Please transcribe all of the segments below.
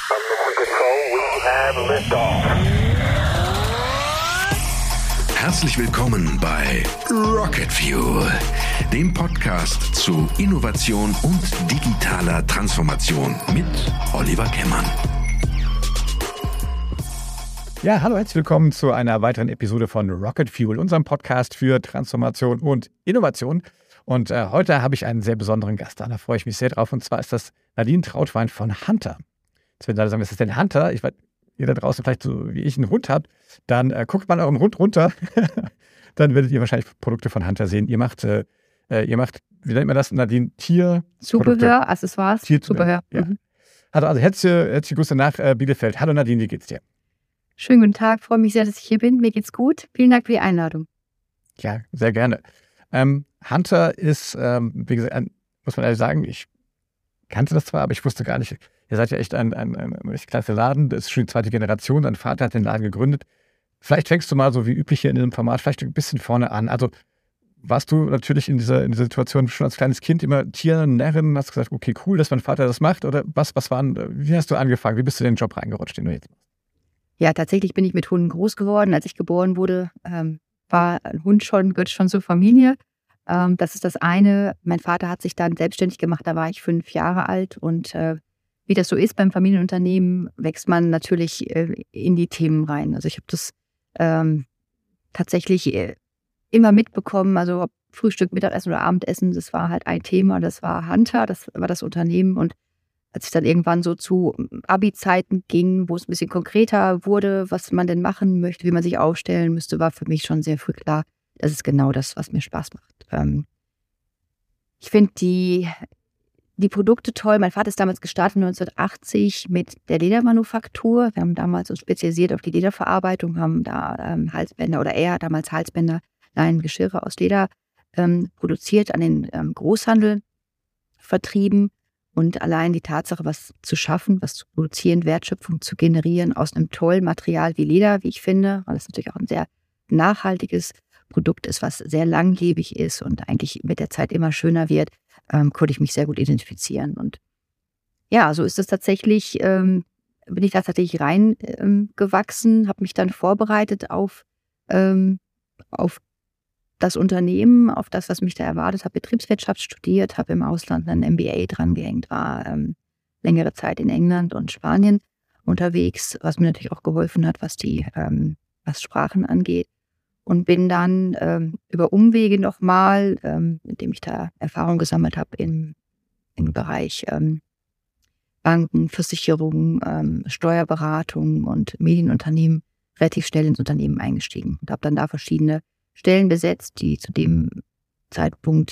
Mission Control, we have liftoff. Herzlich willkommen bei Rocket Fuel, dem Podcast zu Innovation und digitaler Transformation mit Oliver Kemmern. Ja, hallo, herzlich willkommen zu einer weiteren Episode von Rocket Fuel, unserem Podcast für Transformation und Innovation. Und heute habe ich einen sehr besonderen Gast da, da freue ich mich sehr drauf. Und zwar ist das Nadine Trautwein von Hunter. Jetzt werden alle sagen, was ist denn Hunter? Ich weiß, ihr da draußen vielleicht so wie ich einen Hund habt, dann guckt mal euren Hund runter. Dann werdet ihr wahrscheinlich Produkte von Hunter sehen. Ihr macht, wie nennt man das, Nadine? Zubehör, Accessoires, Zubehör. Ja. Also herzliche Grüße nach Bielefeld. Hallo Nadine, wie geht's dir? Schönen guten Tag, freue mich sehr, dass ich hier bin. Mir geht's gut. Vielen Dank für die Einladung. Ja, sehr gerne. Hunter ist, wie gesagt, muss man ehrlich sagen, ich kannte das zwar, aber ich wusste gar nicht, ihr seid ja echt ein richtig klasse Laden, das ist schon die zweite Generation, dein Vater hat den Laden gegründet. Vielleicht fängst du mal so wie üblich hier in diesem Format vielleicht ein bisschen vorne an. Also warst du natürlich in dieser Situation schon als kleines Kind immer Tiernärrin, hast gesagt, okay, cool, dass mein Vater das macht, oder wie hast du angefangen, wie bist du in den Job reingerutscht, den du jetzt machst? Ja, tatsächlich bin ich mit Hunden groß geworden. Als ich geboren wurde, war ein Hund gehört schon zur Familie. Das ist das eine. Mein Vater hat sich dann selbstständig gemacht, da war ich 5 Jahre alt. Und wie das so ist beim Familienunternehmen, wächst man natürlich in die Themen rein. Also ich habe das tatsächlich immer mitbekommen. Also ob Frühstück, Mittagessen oder Abendessen, das war halt ein Thema. Das war Hunter, das war das Unternehmen. Und als es dann irgendwann so zu Abi-Zeiten ging, wo es ein bisschen konkreter wurde, was man denn machen möchte, wie man sich aufstellen müsste, war für mich schon sehr früh klar, das ist genau das, was mir Spaß macht. Ich finde die Produkte toll. Mein Vater ist damals gestartet 1980 mit der Ledermanufaktur. Wir haben damals uns spezialisiert auf die Lederverarbeitung, haben da Halsbänder oder er damals Halsbänder, Geschirre aus Leder produziert, an den Großhandel vertrieben. Und allein die Tatsache, was zu schaffen, was zu produzieren, Wertschöpfung zu generieren aus einem tollen Material wie Leder, wie ich finde, weil es natürlich auch ein sehr nachhaltiges Produkt ist, was sehr langlebig ist und eigentlich mit der Zeit immer schöner wird, konnte ich mich sehr gut identifizieren. Und ja, so ist es tatsächlich, bin ich da tatsächlich reingewachsen, habe mich dann vorbereitet auf das Unternehmen, auf das, was mich da erwartet, habe Betriebswirtschaft studiert, habe im Ausland einen MBA drangehängt, war längere Zeit in England und Spanien unterwegs, was mir natürlich auch geholfen hat, was Sprachen angeht. Und bin dann über Umwege nochmal, indem ich da Erfahrung gesammelt habe im Bereich Banken, Versicherungen, Steuerberatung und Medienunternehmen, relativ schnell ins Unternehmen eingestiegen und habe dann da verschiedene Stellen besetzt, die zu dem Zeitpunkt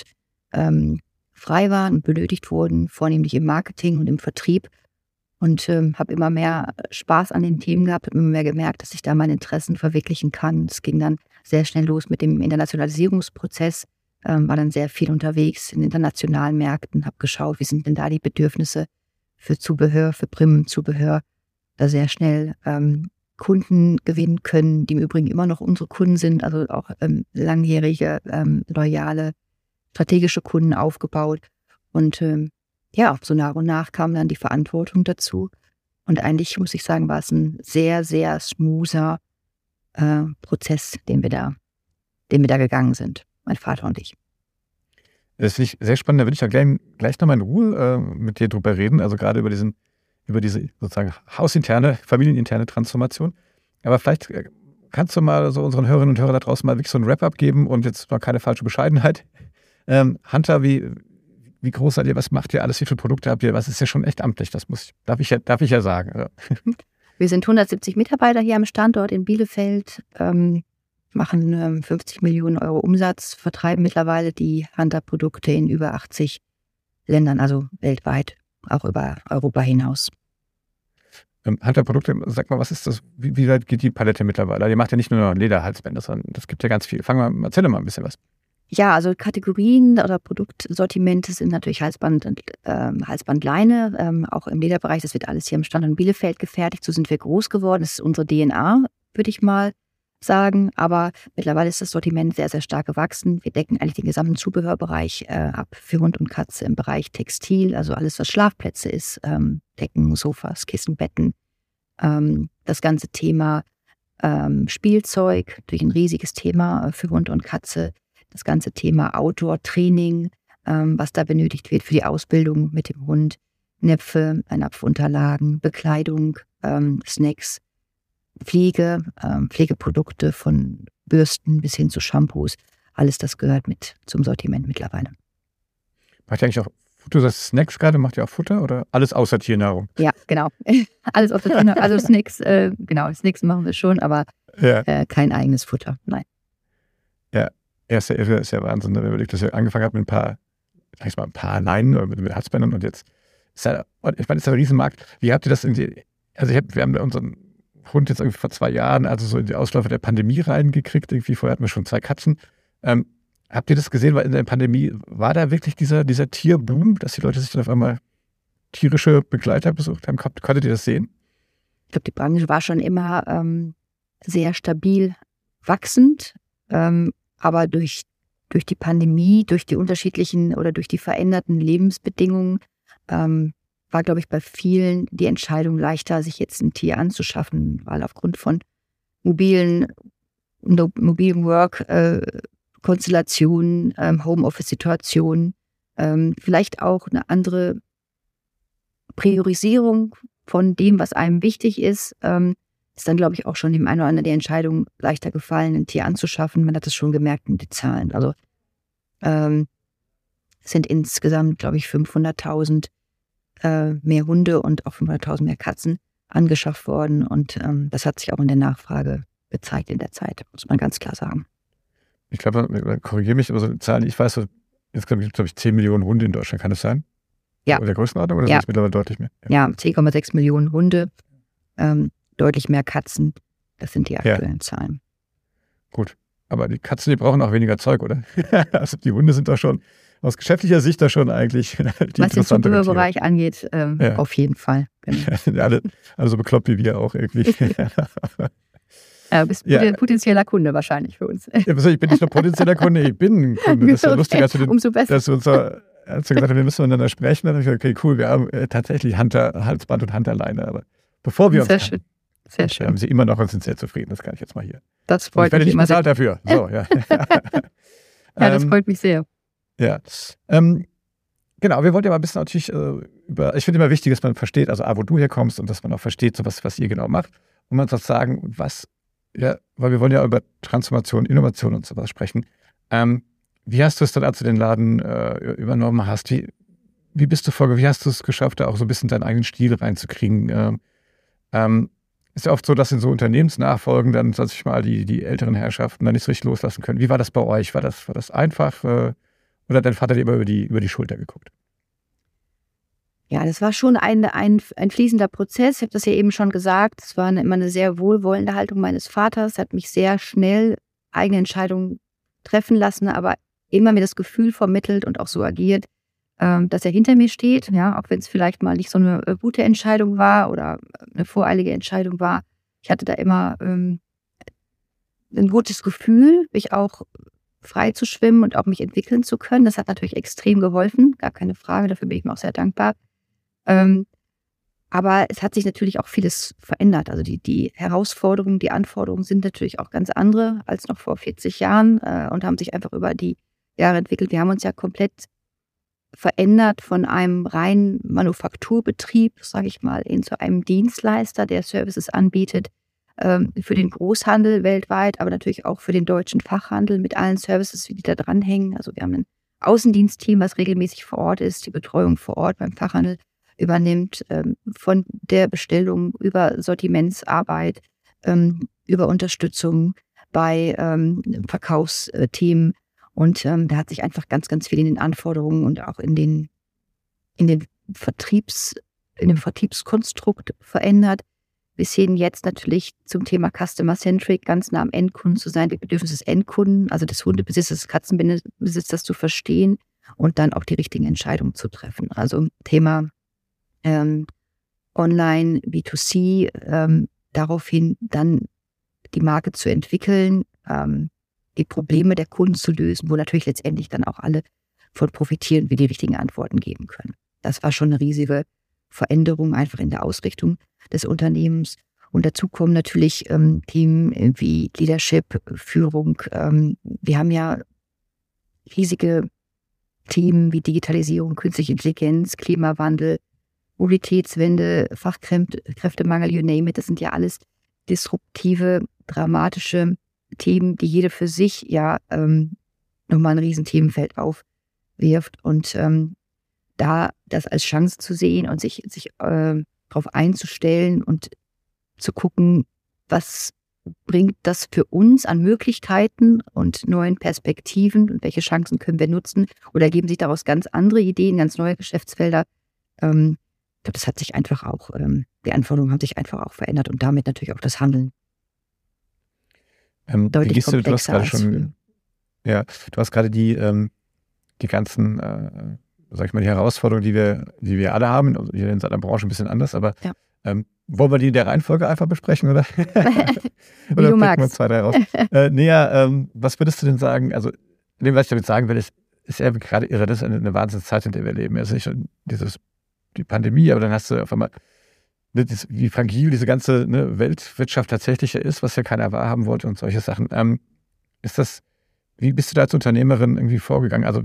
frei waren und benötigt wurden, vornehmlich im Marketing und im Vertrieb. Und habe immer mehr Spaß an den Themen gehabt, habe immer mehr gemerkt, dass ich da meine Interessen verwirklichen kann. Es ging dann sehr schnell los mit dem Internationalisierungsprozess, war dann sehr viel unterwegs in internationalen Märkten, habe geschaut, wie sind denn da die Bedürfnisse für Zubehör, für Primenzubehör, da sehr schnell Kunden gewinnen können, die im Übrigen immer noch unsere Kunden sind, also auch langjährige, loyale, strategische Kunden aufgebaut. Und so nach und nach kam dann die Verantwortung dazu. Und eigentlich, muss ich sagen, war es ein sehr, sehr smoother Prozess, den wir da gegangen sind, mein Vater und ich. Das finde ich sehr spannend. Da würde ich ja gleich nochmal in Ruhe mit dir drüber reden, also gerade über diese sozusagen hausinterne, familieninterne Transformation. Aber vielleicht kannst du mal so unseren Hörerinnen und Hörern da draußen mal wirklich so ein Wrap-up geben und jetzt noch keine falsche Bescheidenheit. Hunter, wie groß seid ihr? Was macht ihr alles? Wie viele Produkte habt ihr? Was ist ja schon echt amtlich? Darf ich ja sagen. Wir sind 170 Mitarbeiter hier am Standort in Bielefeld, machen 50 Millionen Euro Umsatz, vertreiben mittlerweile die Hunter-Produkte in über 80 Ländern, also weltweit, auch über Europa hinaus. Hunter-Produkte, sag mal, was ist das? Wie weit geht die Palette mittlerweile? Ihr macht ja nicht nur Lederhalsbänder, sondern das gibt ja ganz viel. Erzähl mal ein bisschen was. Ja, also Kategorien oder Produktsortimente sind natürlich Halsband und Halsbandleine, auch im Lederbereich. Das wird alles hier im Standort in Bielefeld gefertigt. So sind wir groß geworden. Das ist unsere DNA, würde ich mal sagen, aber mittlerweile ist das Sortiment sehr, sehr stark gewachsen. Wir decken eigentlich den gesamten Zubehörbereich ab für Hund und Katze im Bereich Textil, also alles, was Schlafplätze ist, Decken, Sofas, Kissen, Betten. Das ganze Thema Spielzeug, durch ein riesiges Thema für Hund und Katze. Das ganze Thema Outdoor-Training, was da benötigt wird für die Ausbildung mit dem Hund. Näpfe, Napfunterlagen, Bekleidung, Snacks, Pflege, Pflegeprodukte von Bürsten bis hin zu Shampoos. Alles das gehört mit zum Sortiment mittlerweile. Macht ihr eigentlich auch, du sagst Snacks gerade, macht ihr auch Futter oder alles außer Tiernahrung? Ja, genau. Alles außer Tiernahrung. Also Snacks, Snacks machen wir schon, aber kein eigenes Futter, nein. Ja, ist ja Wahnsinn, wenn man überlegt, dass ihr angefangen habt mit ein paar Leinen oder mit Halsbändern und jetzt ist ja, ich meine, ist ja ein Riesenmarkt. Wie habt ihr das wir haben unseren Hund jetzt irgendwie vor 2 Jahren, also so in die Ausläufer der Pandemie reingekriegt. Irgendwie vorher hatten wir schon 2 Katzen. Habt ihr das gesehen? Weil in der Pandemie war da wirklich dieser Tierboom, dass die Leute sich dann auf einmal tierische Begleiter besucht haben? Konntet ihr das sehen? Ich glaube, die Branche war schon immer sehr stabil wachsend, aber durch die Pandemie, durch die unterschiedlichen oder durch die veränderten Lebensbedingungen war, glaube ich, bei vielen die Entscheidung leichter, sich jetzt ein Tier anzuschaffen, weil aufgrund von mobilen Work-Konstellationen, Homeoffice-Situationen, vielleicht auch eine andere Priorisierung von dem, was einem wichtig ist, ist dann, glaube ich, auch schon dem einen oder anderen die Entscheidung leichter gefallen, ein Tier anzuschaffen. Man hat es schon gemerkt mit den Zahlen. Also sind insgesamt, glaube ich, 500.000 mehr Hunde und auch 500.000 mehr Katzen angeschafft worden. Und das hat sich auch in der Nachfrage gezeigt in der Zeit, muss man ganz klar sagen. Ich glaube, korrigiere mich, aber so Zahlen, ich weiß, jetzt glaube ich 10 Millionen Hunde in Deutschland, kann das sein? Ja. In der Größenordnung oder sind es mittlerweile deutlich mehr? Ja, 10,6 Millionen Hunde, deutlich mehr Katzen, das sind die aktuellen Zahlen. Gut, aber die Katzen, die brauchen auch weniger Zeug, oder? Also die Hunde sind doch schon aus geschäftlicher Sicht da schon eigentlich die was den Zubehörbereich angeht, auf jeden Fall. Genau. alle so bekloppt wie wir auch irgendwie. Du bist potenzieller Kunde wahrscheinlich für uns. Ja, ich bin nicht nur potenzieller Kunde, ich bin ein Kunde. Das ist ja lustig, umso besser. Als du gesagt hast, wir müssen miteinander sprechen, dann habe ich gesagt, okay, cool, wir haben tatsächlich Halsband und Handleine, aber bevor wir Sehr schön. Sehr schön. Haben sie immer noch und sind sehr zufrieden, das kann ich jetzt mal hier. Das freut mich. Ich werde nicht bezahlt dafür. So, ja. Ja, das freut mich sehr. Ja, genau, wir wollten ja mal ein bisschen natürlich ich finde immer wichtig, dass man versteht, also wo du herkommst und dass man auch versteht, so was ihr genau macht. Und man soll sagen, weil wir wollen ja über Transformation, Innovation und sowas sprechen. Wie hast du es dann, als du den Laden übernommen hast, wie bist du wie hast du es geschafft, da auch so ein bisschen deinen eigenen Stil reinzukriegen? Ist ja oft so, dass in so Unternehmensnachfolgen dann, sag ich mal, die älteren Herrschaften dann nicht so richtig loslassen können. Wie war das bei euch? War das einfach? Oder hat dein Vater dir immer über die Schulter geguckt? Ja, das war schon ein fließender Prozess. Ich habe das ja eben schon gesagt. Es war immer eine sehr wohlwollende Haltung meines Vaters. Er hat mich sehr schnell eigene Entscheidungen treffen lassen, aber immer mir das Gefühl vermittelt und auch so agiert, dass er hinter mir steht. Ja, auch wenn es vielleicht mal nicht so eine gute Entscheidung war oder eine voreilige Entscheidung war. Ich hatte da immer ein gutes Gefühl, mich auch frei zu schwimmen und auch mich entwickeln zu können. Das hat natürlich extrem geholfen, gar keine Frage. Dafür bin ich mir auch sehr dankbar. Aber es hat sich natürlich auch vieles verändert. Also die Herausforderungen, die Anforderungen sind natürlich auch ganz andere als noch vor 40 Jahren und haben sich einfach über die Jahre entwickelt. Wir haben uns ja komplett verändert von einem reinen Manufakturbetrieb, sage ich mal, hin zu einem Dienstleister, der Services anbietet für den Großhandel weltweit, aber natürlich auch für den deutschen Fachhandel mit allen Services, die da dranhängen. Also wir haben ein Außendienstteam, was regelmäßig vor Ort ist, die Betreuung vor Ort beim Fachhandel übernimmt, von der Bestellung über Sortimentsarbeit, über Unterstützung bei Verkaufsteam. Und da hat sich einfach ganz, ganz viel in den Anforderungen und auch in dem Vertriebskonstrukt verändert. Bis hin jetzt natürlich zum Thema Customer-Centric, ganz nah am Endkunden zu sein, die Bedürfnisse des Endkunden, also des Hundebesitzers, des Katzenbesitzers zu verstehen und dann auch die richtigen Entscheidungen zu treffen. Also Thema Online, B2C, daraufhin dann die Marke zu entwickeln, die Probleme der Kunden zu lösen, wo natürlich letztendlich dann auch alle von profitieren, wir die richtigen Antworten geben können. Das war schon eine riesige Veränderung einfach in der Ausrichtung des Unternehmens. Und dazu kommen natürlich Themen wie Leadership, Führung. Wir haben ja riesige Themen wie Digitalisierung, künstliche Intelligenz, Klimawandel, Mobilitätswende, Fachkräftemangel, you name it. Das sind ja alles disruptive, dramatische Themen, die jede für sich ja nochmal ein Riesenthemenfeld aufwirft. Und da das als Chance zu sehen und sich darauf einzustellen und zu gucken, was bringt das für uns an Möglichkeiten und neuen Perspektiven und welche Chancen können wir nutzen oder ergeben sich daraus ganz andere Ideen, ganz neue Geschäftsfelder. Ich glaube, das hat sich einfach auch, die Anforderungen haben sich einfach auch verändert und damit natürlich auch das Handeln. Deutlich komplexer als früher. Ja, du hast gerade die ganzen, sag ich mal, die Herausforderungen, die wir alle haben, also hier in seiner Branche ein bisschen anders, aber ja. Wollen wir die in der Reihenfolge einfach besprechen, oder? Oder picken wir 2, 3 raus? Was würdest du denn sagen, also was ich damit sagen will, ist ja gerade irre, das ist eine Wahnsinnszeit, in der wir leben. Also nicht schon die Pandemie, aber dann hast du auf einmal, wie fragil diese ganze Weltwirtschaft tatsächlich ist, was ja keiner wahrhaben wollte und solche Sachen. Wie bist du da als Unternehmerin irgendwie vorgegangen? Also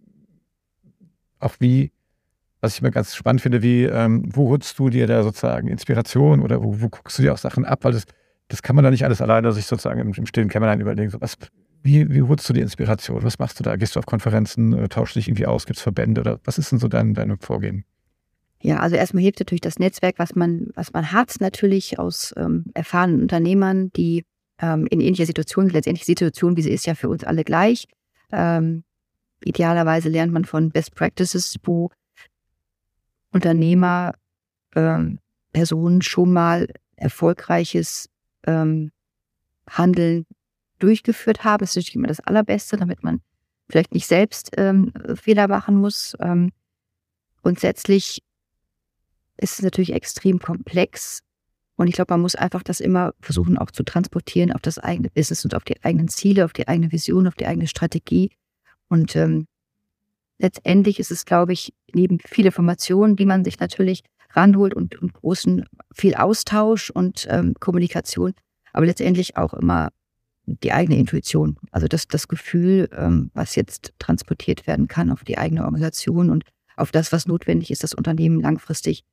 was ich immer ganz spannend finde, wo holst du dir da sozusagen Inspiration oder wo guckst du dir auch Sachen ab? Weil das kann man da nicht alles alleine sich sozusagen im stillen Kämmerlein überlegen. Wie holst du die Inspiration? Was machst du da? Gehst du auf Konferenzen, tauschst dich irgendwie aus? Gibt es Verbände oder was ist denn so dein Vorgehen? Ja, also erstmal hilft natürlich das Netzwerk, was man hat, natürlich aus erfahrenen Unternehmern, die in ähnlicher Situation, letztendlich die Situation, wie sie ist, ja für uns alle gleich. Idealerweise lernt man von Best Practices, wo Unternehmer, Personen schon mal erfolgreiches Handeln durchgeführt haben. Das ist natürlich immer das Allerbeste, damit man vielleicht nicht selbst Fehler machen muss. Grundsätzlich ist es natürlich extrem komplex und ich glaube, man muss einfach das immer versuchen auch zu transportieren auf das eigene Business und auf die eigenen Ziele, auf die eigene Vision, auf die eigene Strategie. Und letztendlich ist es, glaube ich, neben viele Informationen, die man sich natürlich ranholt und großen viel Austausch und Kommunikation, aber letztendlich auch immer die eigene Intuition. Also das Gefühl, was jetzt transportiert werden kann auf die eigene Organisation und auf das, was notwendig ist, das Unternehmen langfristig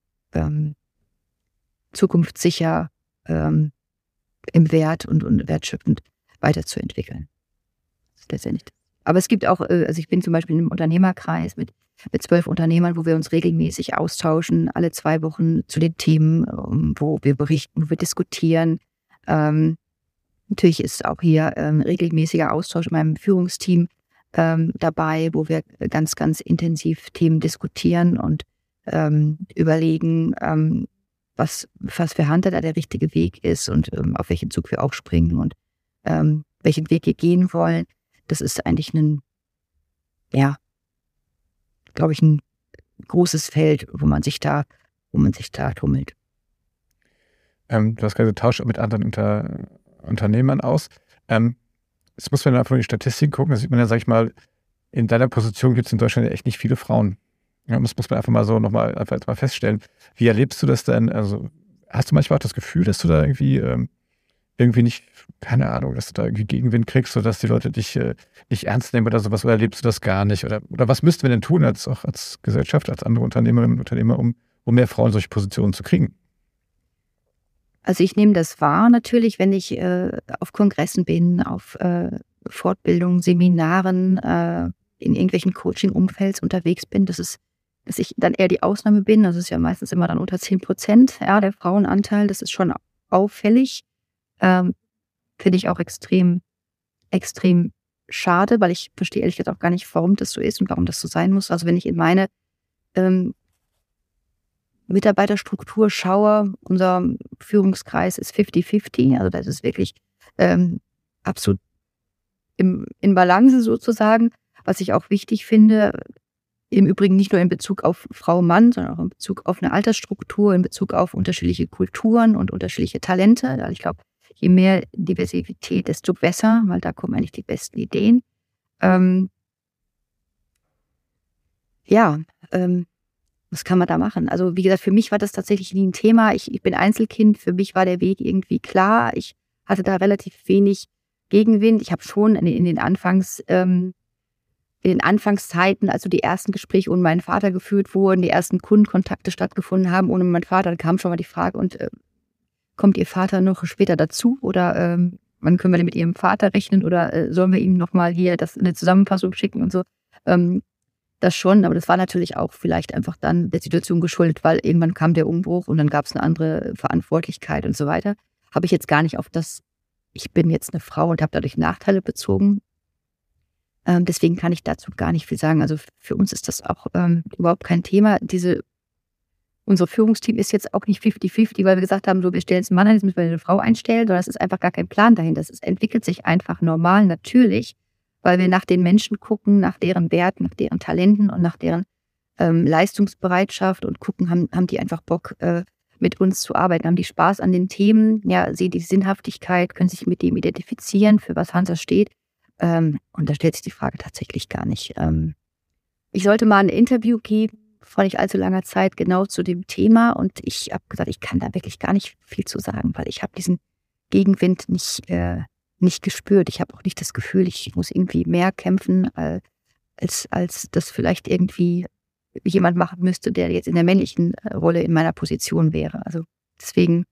zukunftssicher im Wert und wertschöpfend weiterzuentwickeln. Das ist letztendlich das. Aber es gibt auch, also ich bin zum Beispiel in einem Unternehmerkreis mit 12 Unternehmern, wo wir uns regelmäßig austauschen, alle 2 Wochen zu den Themen, wo wir berichten, wo wir diskutieren. Natürlich ist auch hier regelmäßiger Austausch in meinem Führungsteam dabei, wo wir ganz, ganz intensiv Themen diskutieren und überlegen, was für Hunter da der richtige Weg ist und auf welchen Zug wir auch springen und welchen Weg wir gehen wollen. Das ist eigentlich glaube ich, ein großes Feld, wo man sich da tummelt. Du hast gerade Tausch mit anderen Unternehmern aus. Jetzt muss man einfach in die Statistik gucken. Da sieht man ja, sag ich mal, in deiner Position gibt es in Deutschland echt nicht viele Frauen. Ja, das muss man einfach mal so nochmal feststellen. Wie erlebst du das denn? Also hast du manchmal auch das Gefühl, dass du da irgendwie nicht, keine Ahnung, dass du da irgendwie Gegenwind kriegst, sodass die Leute dich nicht ernst nehmen oder sowas, oder erlebst du das gar nicht? Oder was müssten wir denn tun als Gesellschaft, als andere Unternehmerinnen und Unternehmer, um mehr Frauen in solche Positionen zu kriegen? Also ich nehme das wahr natürlich, wenn ich auf Kongressen bin, auf Fortbildungen, Seminaren, in irgendwelchen Coaching-Umfelds unterwegs bin, dass ich dann eher die Ausnahme bin. Das ist ja meistens immer dann unter 10%, ja, der Frauenanteil. Das ist schon auffällig. Finde ich auch extrem, extrem schade, weil ich verstehe ehrlich gesagt auch gar nicht, warum das so ist und warum das so sein muss. Also wenn ich in meine Mitarbeiterstruktur schaue, unser Führungskreis ist 50-50, also das ist wirklich absolut in Balance sozusagen, was ich auch wichtig finde, im Übrigen nicht nur in Bezug auf Frau, Mann, sondern auch in Bezug auf eine Altersstruktur, in Bezug auf unterschiedliche Kulturen und unterschiedliche Talente. Ich glaube, je mehr Diversität, desto besser, weil da kommen eigentlich die besten Ideen. Was kann man da machen? Also wie gesagt, für mich war das tatsächlich nie ein Thema. Ich bin Einzelkind, für mich war der Weg irgendwie klar. Ich hatte da relativ wenig Gegenwind. Ich habe schon in den Anfangszeiten, als so die ersten Gespräche ohne meinen Vater geführt wurden, die ersten Kundenkontakte stattgefunden haben ohne meinen Vater, dann kam schon mal die Frage, und kommt Ihr Vater noch später dazu? Oder wann können wir denn mit Ihrem Vater rechnen? Oder sollen wir ihm nochmal hier eine Zusammenfassung schicken und so? Das schon, aber das war natürlich auch vielleicht einfach dann der Situation geschuldet, weil irgendwann kam der Umbruch und dann gab es eine andere Verantwortlichkeit und so weiter. Habe ich jetzt gar nicht auf das, ich bin jetzt eine Frau und habe dadurch Nachteile bezogen. Deswegen kann ich dazu gar nicht viel sagen. Also für uns ist das auch überhaupt kein Thema. Unser Führungsteam ist jetzt auch nicht 50-50, weil wir gesagt haben, so, wir stellen jetzt einen Mann ein, jetzt müssen wir eine Frau einstellen, sondern es ist einfach gar kein Plan dahinter. Es entwickelt sich einfach normal, natürlich, weil wir nach den Menschen gucken, nach deren Werten, nach deren Talenten und nach deren Leistungsbereitschaft und gucken, haben die einfach Bock, mit uns zu arbeiten, haben die Spaß an den Themen, ja, sehen die Sinnhaftigkeit, können sich mit dem identifizieren, für was Hansa steht. Und da stellt sich die Frage tatsächlich gar nicht. Ich sollte mal ein Interview geben, vor nicht allzu langer Zeit, genau zu dem Thema, und ich habe gesagt, ich kann da wirklich gar nicht viel zu sagen, weil ich habe diesen Gegenwind nicht gespürt. Ich habe auch nicht das Gefühl, ich muss irgendwie mehr kämpfen, als das vielleicht irgendwie jemand machen müsste, der jetzt in der männlichen Rolle in meiner Position wäre. Also deswegen.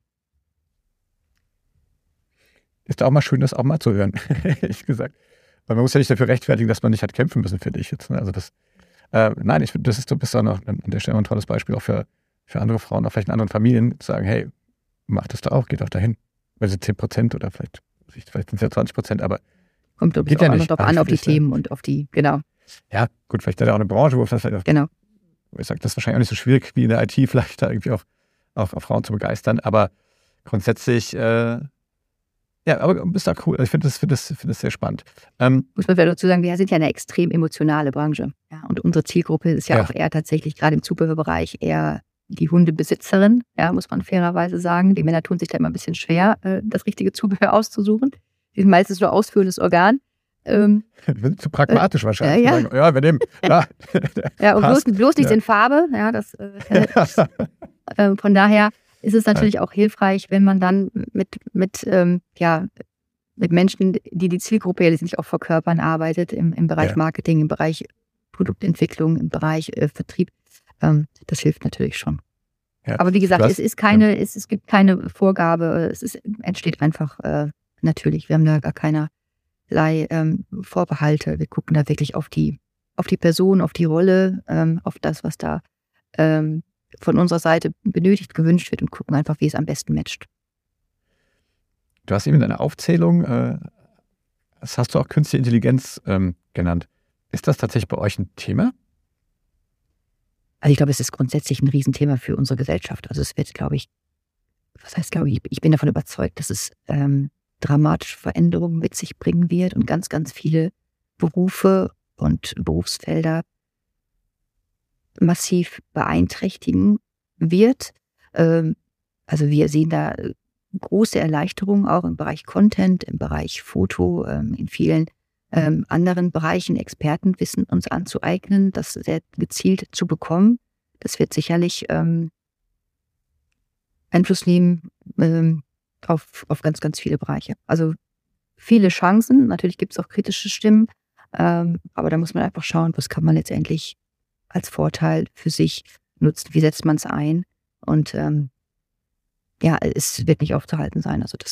Ist auch mal schön, das auch mal zu hören, ehrlich gesagt. Weil man muss ja nicht dafür rechtfertigen, dass man nicht hat kämpfen müssen für dich jetzt. Ne? Also das, nein, du bist auch noch an der Stelle ein tolles Beispiel auch für andere Frauen, auch vielleicht in anderen Familien, zu sagen, hey, mach das da auch, geht doch dahin. Weil sie 10% oder vielleicht sind es ja 20%, aber kommt glaube ich auch noch drauf an, auf die Themen und auf die, genau. Ja, gut, vielleicht hat er auch eine Branche, wo das vielleicht auch, genau. Ich sage, das ist wahrscheinlich auch nicht so schwierig wie in der IT, vielleicht da irgendwie auch Frauen zu begeistern, aber grundsätzlich, ja, aber bist da cool. Ich finde das sehr spannend. Muss man dazu sagen, wir sind ja eine extrem emotionale Branche. Ja, und unsere Zielgruppe ist ja auch eher tatsächlich gerade im Zubehörbereich eher die Hundebesitzerin, ja, muss man fairerweise sagen. Die Männer tun sich da immer ein bisschen schwer, das richtige Zubehör auszusuchen. Die sind meistens nur ausführendes Organ. Zu pragmatisch wahrscheinlich. Ja, ja, wir nehmen. Ja, und bloß nicht in Farbe. Ja, von daher ist es natürlich auch hilfreich, wenn man dann mit Menschen, die Zielgruppe letztendlich auch verkörpern, arbeitet, im Bereich Marketing, im Bereich Produktentwicklung, im Bereich Vertrieb. Das hilft natürlich schon. Ja. Aber wie gesagt, es gibt keine Vorgabe, entsteht einfach natürlich. Wir haben da gar keinerlei Vorbehalte. Wir gucken da wirklich auf die Person, auf die Rolle, auf das, was da von unserer Seite benötigt, gewünscht wird, und gucken einfach, wie es am besten matcht. Du hast eben in deiner Aufzählung, das hast du auch künstliche Intelligenz genannt. Ist das tatsächlich bei euch ein Thema? Also ich glaube, es ist grundsätzlich ein Riesenthema für unsere Gesellschaft. Also es wird, ich bin davon überzeugt, dass es dramatische Veränderungen mit sich bringen wird und ganz, ganz viele Berufe und Berufsfelder massiv beeinträchtigen wird. Also wir sehen da große Erleichterungen auch im Bereich Content, im Bereich Foto, in vielen anderen Bereichen Expertenwissen uns anzueignen, das sehr gezielt zu bekommen. Das wird sicherlich Einfluss nehmen auf ganz, ganz viele Bereiche. Also viele Chancen, natürlich gibt es auch kritische Stimmen, aber da muss man einfach schauen, was kann man letztendlich als Vorteil für sich nutzen, wie setzt man es ein, und es wird nicht aufzuhalten sein. Also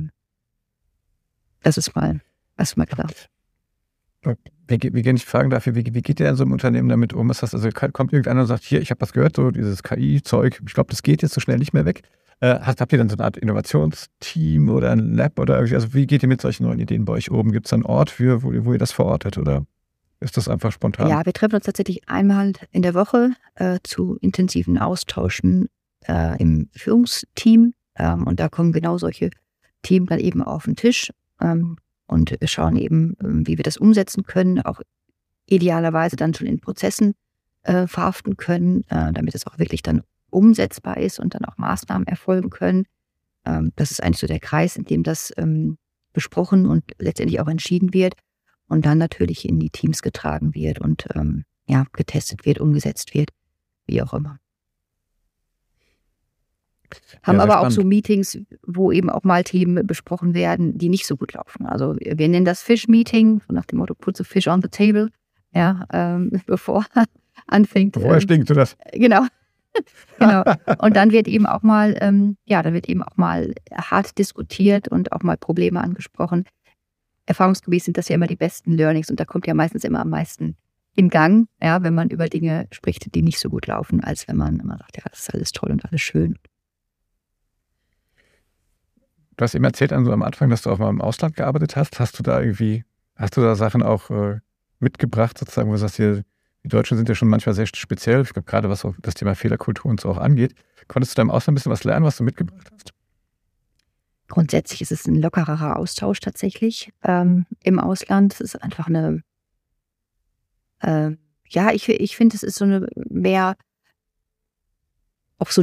das ist mal klar. Wie gehen die Fragen dafür, wie geht ihr in so einem Unternehmen damit um? Also kommt irgendeiner und sagt, hier, ich habe was gehört, so dieses KI-Zeug, ich glaube, das geht jetzt so schnell nicht mehr weg. Habt ihr dann so eine Art Innovationsteam oder ein Lab oder irgendwie, also wie geht ihr mit solchen neuen Ideen bei euch oben? Gibt es einen Ort, wo ihr das verortet, oder ist das einfach spontan? Ja, wir treffen uns tatsächlich einmal in der Woche zu intensiven Austauschen im Führungsteam, und da kommen genau solche Themen dann eben auf den Tisch. Und wir schauen eben, wie wir das umsetzen können, auch idealerweise dann schon in Prozessen verhaften können, damit es auch wirklich dann umsetzbar ist und dann auch Maßnahmen erfolgen können. Das ist eigentlich so der Kreis, in dem das besprochen und letztendlich auch entschieden wird und dann natürlich in die Teams getragen wird und getestet wird, umgesetzt wird, wie auch immer. Haben aber auch so Meetings, wo eben auch mal Themen besprochen werden, die nicht so gut laufen. Also wir nennen das Fish-Meeting, so nach dem Motto, put the fish on the table, bevor anfängt. Vorher stinkst du das. Genau. Genau. Und dann wird eben auch mal, hart diskutiert und auch mal Probleme angesprochen. Erfahrungsgemäß sind das ja immer die besten Learnings und da kommt ja meistens immer am meisten in Gang, ja, wenn man über Dinge spricht, die nicht so gut laufen, als wenn man immer sagt, ja, das ist alles toll und alles schön. Du hast eben erzählt am Anfang, dass du auch mal im Ausland gearbeitet hast. Hast du da Sachen auch mitgebracht, sozusagen, wo du sagst, hier, die Deutschen sind ja schon manchmal sehr speziell, ich glaube, gerade was auch das Thema Fehlerkultur und so auch angeht. Konntest du da im Ausland ein bisschen was lernen, was du mitgebracht hast? Grundsätzlich ist es ein lockerer Austausch tatsächlich im Ausland. Es ist einfach eine, ich finde, es ist so eine mehr auf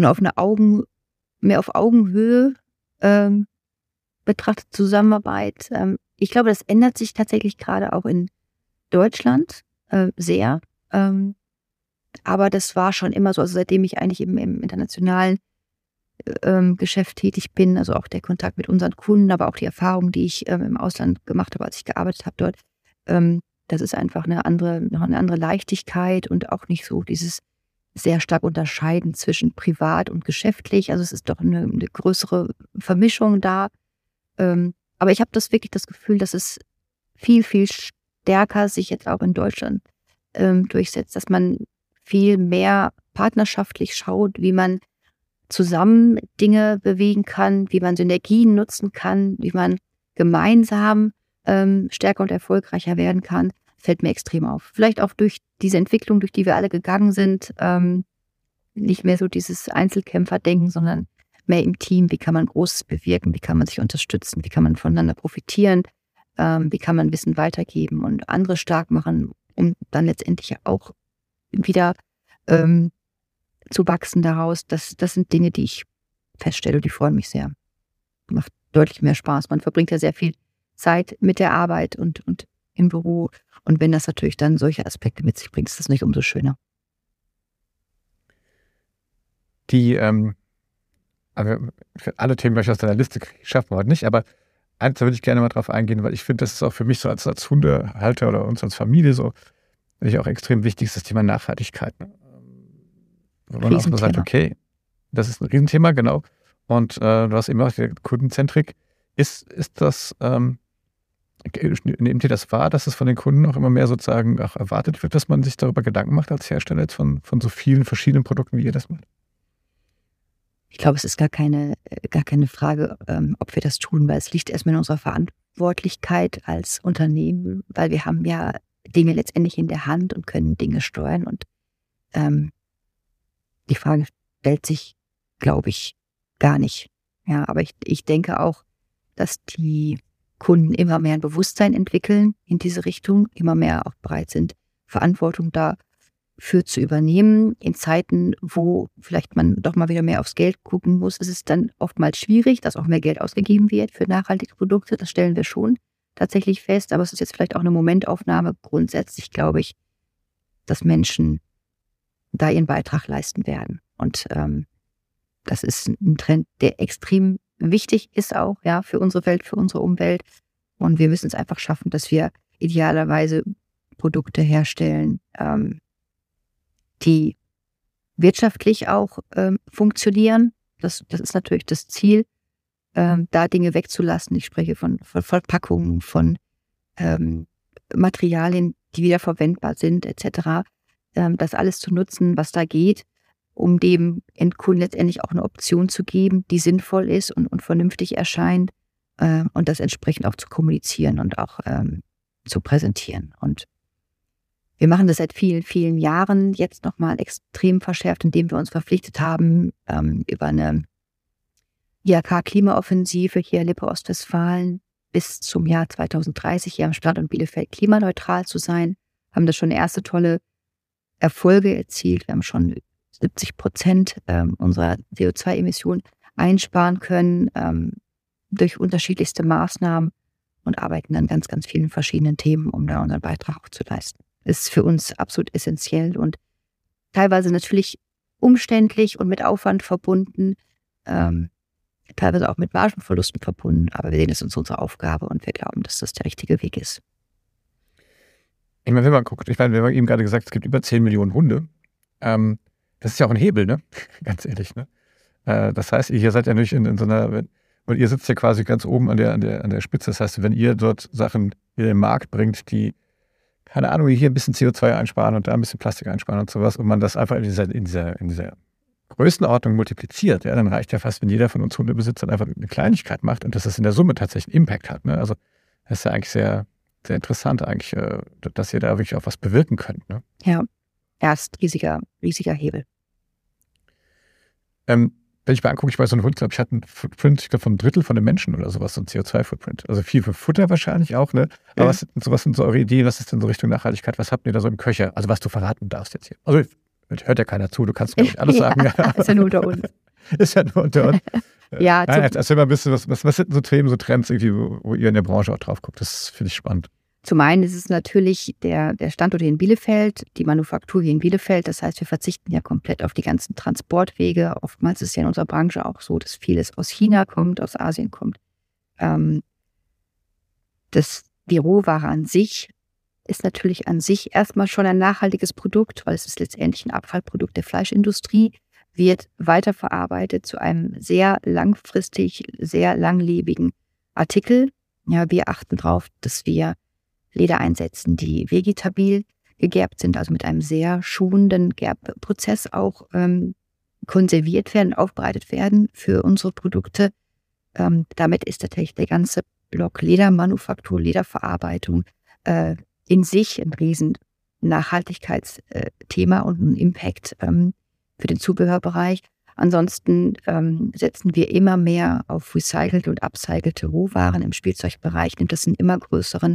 Augenhöhe betrachtet Zusammenarbeit. Ich glaube, das ändert sich tatsächlich gerade auch in Deutschland sehr. Aber das war schon immer so, also seitdem ich eigentlich im internationalen Geschäft tätig bin, also auch der Kontakt mit unseren Kunden, aber auch die Erfahrungen, die ich im Ausland gemacht habe, als ich gearbeitet habe dort, das ist einfach noch eine andere Leichtigkeit und auch nicht so dieses sehr stark Unterscheiden zwischen privat und geschäftlich. Also es ist doch eine größere Vermischung da. Aber ich habe wirklich das Gefühl, dass es viel, viel stärker sich jetzt auch in Deutschland durchsetzt, dass man viel mehr partnerschaftlich schaut, wie man zusammen Dinge bewegen kann, wie man Synergien nutzen kann, wie man gemeinsam stärker und erfolgreicher werden kann, fällt mir extrem auf. Vielleicht auch durch diese Entwicklung, durch die wir alle gegangen sind, nicht mehr so dieses Einzelkämpferdenken, sondern mehr im Team. Wie kann man Großes bewirken? Wie kann man sich unterstützen? Wie kann man voneinander profitieren? Wie kann man Wissen weitergeben und andere stark machen, um dann letztendlich auch wieder zu wachsen daraus? Das sind Dinge, die ich feststelle und die freuen mich sehr. Macht deutlich mehr Spaß. Man verbringt ja sehr viel Zeit mit der Arbeit und im Büro. Und wenn das natürlich dann solche Aspekte mit sich bringt, ist das nicht umso schöner. Also für alle Themen, welche aus deiner Liste schaffen wir heute nicht, aber eins, da würde ich gerne mal drauf eingehen, weil ich finde, das ist auch für mich so als Hundehalter oder uns als Familie so, auch extrem wichtig ist das Thema Nachhaltigkeit. Ne? Wo man auch so sagt, okay, das ist ein Riesenthema, genau. Und du hast eben auch die Kundenzentrik. Ist das, nehmt ihr das wahr, dass es von den Kunden auch immer mehr sozusagen auch erwartet wird, dass man sich darüber Gedanken macht als Hersteller jetzt von so vielen verschiedenen Produkten, wie ihr das macht? Ich glaube, es ist gar keine Frage, ob wir das tun, weil es liegt erstmal in unserer Verantwortlichkeit als Unternehmen, weil wir haben ja Dinge letztendlich in der Hand und können Dinge steuern und die Frage stellt sich, glaube ich, gar nicht. Ja, aber ich denke auch, dass die Kunden immer mehr ein Bewusstsein entwickeln in diese Richtung, immer mehr auch bereit sind, Verantwortung dafür zu übernehmen. In Zeiten, wo vielleicht man doch mal wieder mehr aufs Geld gucken muss, ist es dann oftmals schwierig, dass auch mehr Geld ausgegeben wird für nachhaltige Produkte. Das stellen wir schon tatsächlich fest. Aber es ist jetzt vielleicht auch eine Momentaufnahme. Grundsätzlich glaube ich, dass Menschen da ihren Beitrag leisten werden. Und das ist ein Trend, der extrem wichtig ist auch, ja, für unsere Welt, für unsere Umwelt. Und wir müssen es einfach schaffen, dass wir idealerweise Produkte herstellen, die wirtschaftlich auch funktionieren. Das ist natürlich das Ziel, da Dinge wegzulassen. Ich spreche von Verpackungen, von Materialien, die wiederverwendbar sind, etc. Das alles zu nutzen, was da geht, um dem Endkunden letztendlich auch eine Option zu geben, die sinnvoll ist und vernünftig erscheint und das entsprechend auch zu kommunizieren und auch zu präsentieren. Und wir machen das seit vielen, vielen Jahren, jetzt nochmal extrem verschärft, indem wir uns verpflichtet haben, über eine IHK-Klimaoffensive hier in Lippe Ostwestfalen bis zum Jahr 2030 hier am Standort Bielefeld klimaneutral zu sein. Haben da schon erste tolle Erfolge erzielt. Wir haben schon 70% unserer CO2-Emissionen einsparen können durch unterschiedlichste Maßnahmen und arbeiten an ganz, ganz vielen verschiedenen Themen, um da unseren Beitrag auch zu leisten. Das ist für uns absolut essentiell und teilweise natürlich umständlich und mit Aufwand verbunden, teilweise auch mit Margenverlusten verbunden, aber wir sehen, es ist unsere Aufgabe und wir glauben, dass das der richtige Weg ist. Ich meine, wenn man guckt, wir haben eben gerade gesagt, es gibt über 10 Millionen Hunde. Das ist ja auch ein Hebel, ne? Ganz ehrlich, ne? Das heißt, ihr seid ja nicht in so einer, und ihr sitzt ja quasi ganz oben an der Spitze. Das heißt, wenn ihr dort Sachen in den Markt bringt, die, keine Ahnung, hier ein bisschen CO2 einsparen und da ein bisschen Plastik einsparen und sowas, und man das einfach in dieser Größenordnung multipliziert, ja, dann reicht ja fast, wenn jeder von uns Hundebesitzern einfach eine Kleinigkeit macht und dass das in der Summe tatsächlich einen Impact hat. Ne? Also das ist ja eigentlich sehr, sehr interessant eigentlich, dass ihr da wirklich auch was bewirken könnt. Ne? Ja, ist ein riesiger Hebel. Wenn ich mir angucke, ich weiß, so ein Hund, glaube ich, hat einen Footprint, ich glaube, vom Drittel von den Menschen oder sowas, so ein CO2-Footprint. Also viel für Futter wahrscheinlich auch, ne? Aber was sind so eure Ideen? Was ist denn so Richtung Nachhaltigkeit? Was habt ihr da so im Köcher? Also was du verraten darfst jetzt hier. Also hört ja keiner zu, du kannst glaube ich alles sagen. Ist ja nur unter uns. Ist ja nur unter uns. Ja, Nein, erzähl mal ein bisschen, was sind so Themen, so Trends irgendwie, wo ihr in der Branche auch drauf guckt? Das finde ich spannend. Zum einen ist es natürlich der Standort hier in Bielefeld, die Manufaktur hier in Bielefeld. Das heißt, wir verzichten ja komplett auf die ganzen Transportwege. Oftmals ist es ja in unserer Branche auch so, dass vieles aus China kommt, aus Asien kommt. Die Rohware an sich ist natürlich an sich erstmal schon ein nachhaltiges Produkt, weil es ist letztendlich ein Abfallprodukt der Fleischindustrie, wird weiterverarbeitet zu einem sehr langfristig, sehr langlebigen Artikel. Ja, wir achten darauf, dass wir Leder einsetzen, die vegetabil gegerbt sind, also mit einem sehr schonenden Gerbprozess auch konserviert werden, aufbereitet werden für unsere Produkte. Damit ist tatsächlich der ganze Block Ledermanufaktur, Lederverarbeitung in sich ein riesen Nachhaltigkeitsthema und ein Impact für den Zubehörbereich. Ansonsten setzen wir immer mehr auf recycelte und upcycelte Rohwaren im Spielzeugbereich, nimmt das einen immer größeren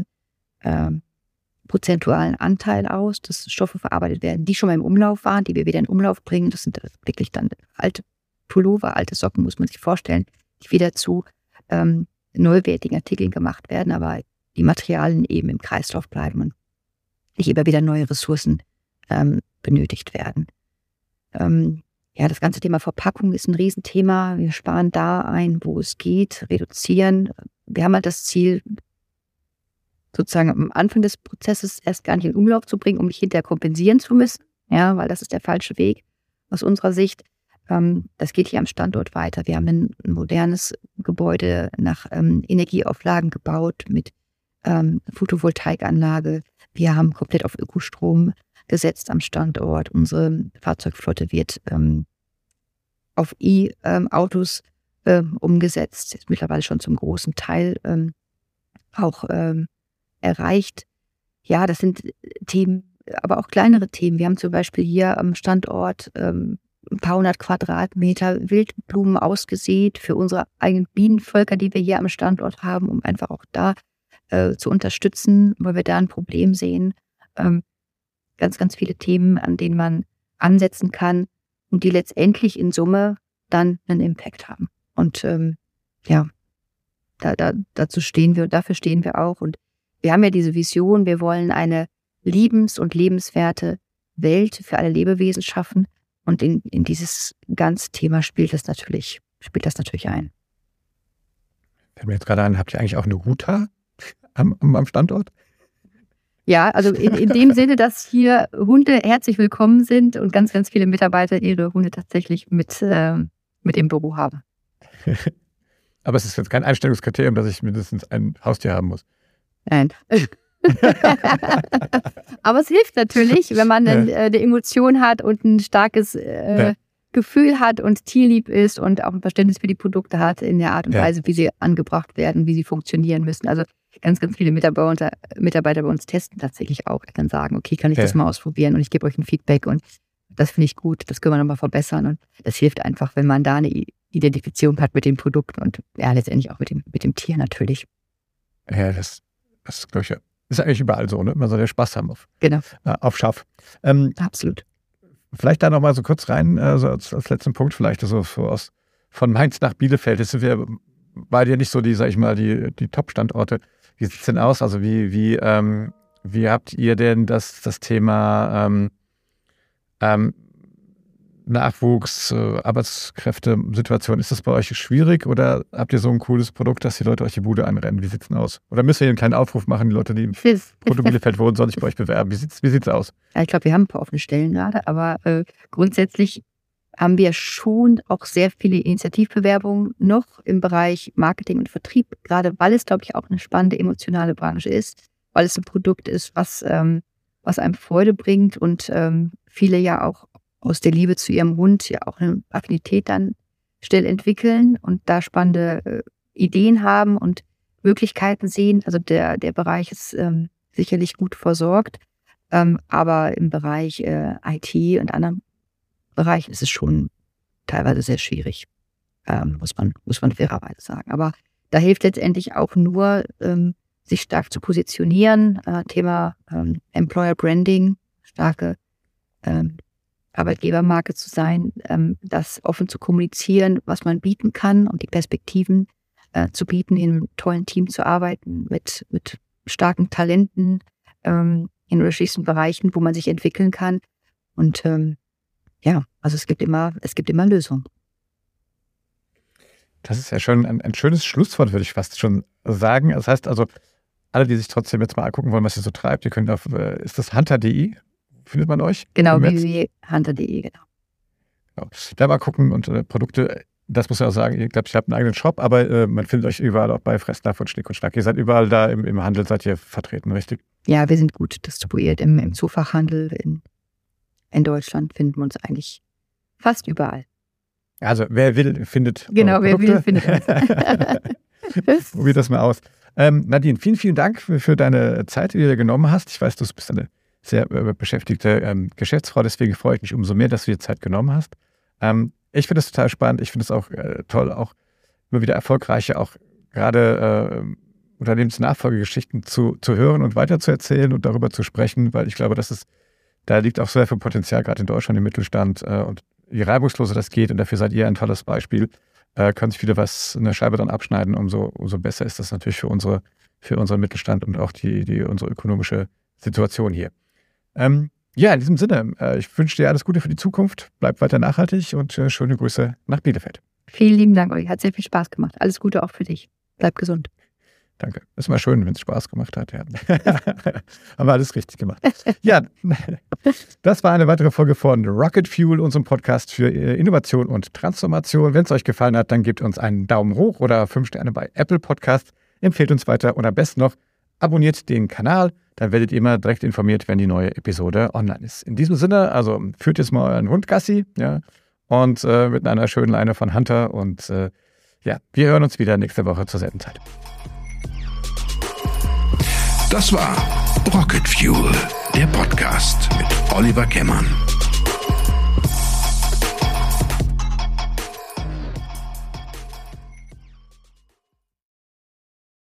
prozentualen Anteil aus, dass Stoffe verarbeitet werden, die schon mal im Umlauf waren, die wir wieder in Umlauf bringen. Das sind wirklich dann alte Pullover, alte Socken, muss man sich vorstellen, die wieder zu neuwertigen Artikeln gemacht werden, aber die Materialien eben im Kreislauf bleiben und nicht immer wieder neue Ressourcen benötigt werden. Das ganze Thema Verpackung ist ein Riesenthema. Wir sparen da ein, wo es geht, reduzieren. Wir haben halt das Ziel, sozusagen am Anfang des Prozesses erst gar nicht in Umlauf zu bringen, um nicht hinterher kompensieren zu müssen, ja, weil das ist der falsche Weg aus unserer Sicht. Das geht hier am Standort weiter. Wir haben ein modernes Gebäude nach Energieauflagen gebaut mit Photovoltaikanlage. Wir haben komplett auf Ökostrom gesetzt am Standort. Unsere Fahrzeugflotte wird auf E-Autos umgesetzt, ist mittlerweile schon zum großen Teil auch erreicht. Ja, das sind Themen, aber auch kleinere Themen. Wir haben zum Beispiel hier am Standort ein paar 100 Quadratmeter Wildblumen ausgesät für unsere eigenen Bienenvölker, die wir hier am Standort haben, um einfach auch da zu unterstützen, weil wir da ein Problem sehen. Ganz, ganz viele Themen, an denen man ansetzen kann und die letztendlich in Summe dann einen Impact haben. Und dazu stehen wir, dafür stehen wir auch. Und wir haben ja diese Vision, wir wollen eine liebens- und lebenswerte Welt für alle Lebewesen schaffen. Und in dieses ganze Thema spielt das natürlich ein. Fällt mir jetzt gerade an, habt ihr eigentlich auch eine Ruta am Standort? Ja, also in dem Sinne, dass hier Hunde herzlich willkommen sind und ganz, ganz viele Mitarbeiter ihre Hunde tatsächlich mit im Büro haben. Aber es ist jetzt kein Einstellungskriterium, dass ich mindestens ein Haustier haben muss. Nein. Aber es hilft natürlich, wenn man eine Emotion hat und ein starkes Gefühl hat und tierlieb ist und auch ein Verständnis für die Produkte hat in der Art und Weise, wie sie angebracht werden, wie sie funktionieren müssen. Also ganz, ganz viele Mitarbeiter bei uns testen tatsächlich auch. Die dann sagen, okay, kann ich das mal ausprobieren und ich gebe euch ein Feedback und das finde ich gut, das können wir nochmal verbessern. Und das hilft einfach, wenn man da eine Identifizierung hat mit den Produkten und letztendlich auch mit dem Tier natürlich. Ja, das glaube ich, ist eigentlich überall so, ne? Man soll ja Spaß haben auf Schaf. Absolut. Vielleicht da nochmal so kurz rein, so als letzten Punkt vielleicht, so aus von Mainz nach Bielefeld. Das sind wir bei dir nicht so die, sag ich mal, die Top-Standorte. Wie sieht es denn aus? Also wie habt ihr denn das Thema Nachwuchs, Arbeitskräfte-Situation, ist das bei euch schwierig oder habt ihr so ein cooles Produkt, dass die Leute euch die Bude anrennen? Wie sieht's denn aus? Oder müsst ihr einen kleinen Aufruf machen, die Leute, die im Proto Bielefeld wohnen, sollen sich bei euch bewerben? Wie sieht's aus? Ja, ich glaube, wir haben ein paar offene Stellen gerade, aber grundsätzlich haben wir schon auch sehr viele Initiativbewerbungen noch im Bereich Marketing und Vertrieb, gerade weil es, glaube ich, auch eine spannende emotionale Branche ist, weil es ein Produkt ist, was einem Freude bringt und viele ja auch aus der Liebe zu ihrem Hund ja auch eine Affinität dann schnell entwickeln und da spannende Ideen haben und Möglichkeiten sehen. Also der Bereich ist sicherlich gut versorgt, aber im Bereich IT und anderen Bereichen ist es schon teilweise sehr schwierig, muss man fairerweise sagen. Aber da hilft letztendlich auch nur, sich stark zu positionieren, Thema Employer Branding, starke Arbeitgebermarke zu sein, das offen zu kommunizieren, was man bieten kann und die Perspektiven zu bieten, in einem tollen Team zu arbeiten, mit starken Talenten in unterschiedlichsten Bereichen, wo man sich entwickeln kann. Und also es gibt immer Lösungen. Das ist ja schon ein schönes Schlusswort, würde ich fast schon sagen. Das heißt also, alle, die sich trotzdem jetzt mal angucken wollen, was ihr so treibt, ihr könnt ist das hunter.de? Findet man euch? Genau, www.hunter.de, genau. Da mal gucken und Produkte, das muss ich auch sagen, ich glaube, ich habe einen eigenen Shop, aber man findet euch überall auch bei Fressnapf und Schnick und Schnack. Ihr seid überall da im Handel, seid ihr vertreten, richtig? Ja, wir sind gut distribuiert im Zoofachhandel. In Deutschland finden wir uns eigentlich fast überall. Also wer will, findet Genau, wer will, findet uns. Probier das mal aus. Nadine, vielen, vielen Dank für deine Zeit, die du dir genommen hast. Ich weiß, du bist eine sehr beschäftigte Geschäftsfrau, deswegen freue ich mich umso mehr, dass du dir Zeit genommen hast. Ich finde es total spannend. Ich finde es auch toll, auch immer wieder erfolgreiche, auch gerade Unternehmensnachfolgegeschichten zu hören und weiterzuerzählen und darüber zu sprechen, weil ich glaube, da liegt auch sehr viel Potenzial, gerade in Deutschland im Mittelstand und je reibungsloser das geht und dafür seid ihr ein tolles Beispiel, können sich viele eine Scheibe dran abschneiden, umso besser ist das natürlich für unseren Mittelstand und auch unsere ökonomische Situation hier. In diesem Sinne, ich wünsche dir alles Gute für die Zukunft, bleib weiter nachhaltig und schöne Grüße nach Bielefeld. Vielen lieben Dank, Olli, hat sehr viel Spaß gemacht. Alles Gute auch für dich. Bleib gesund. Danke. Ist mal schön, wenn es Spaß gemacht hat. Ja. Haben wir alles richtig gemacht. Ja, das war eine weitere Folge von Rocket Fuel, unserem Podcast für Innovation und Transformation. Wenn es euch gefallen hat, dann gebt uns einen Daumen hoch oder 5 Sterne bei Apple Podcast. Empfehlt uns weiter und am besten noch abonniert den Kanal. Dann werdet ihr immer direkt informiert, wenn die neue Episode online ist. In diesem Sinne, also führt jetzt mal euren Hund Gassi, ja, und mit einer schönen Leine von Hunter. Und wir hören uns wieder nächste Woche zur selben Zeit. Das war Rocket Fuel, der Podcast mit Oliver Kemmern.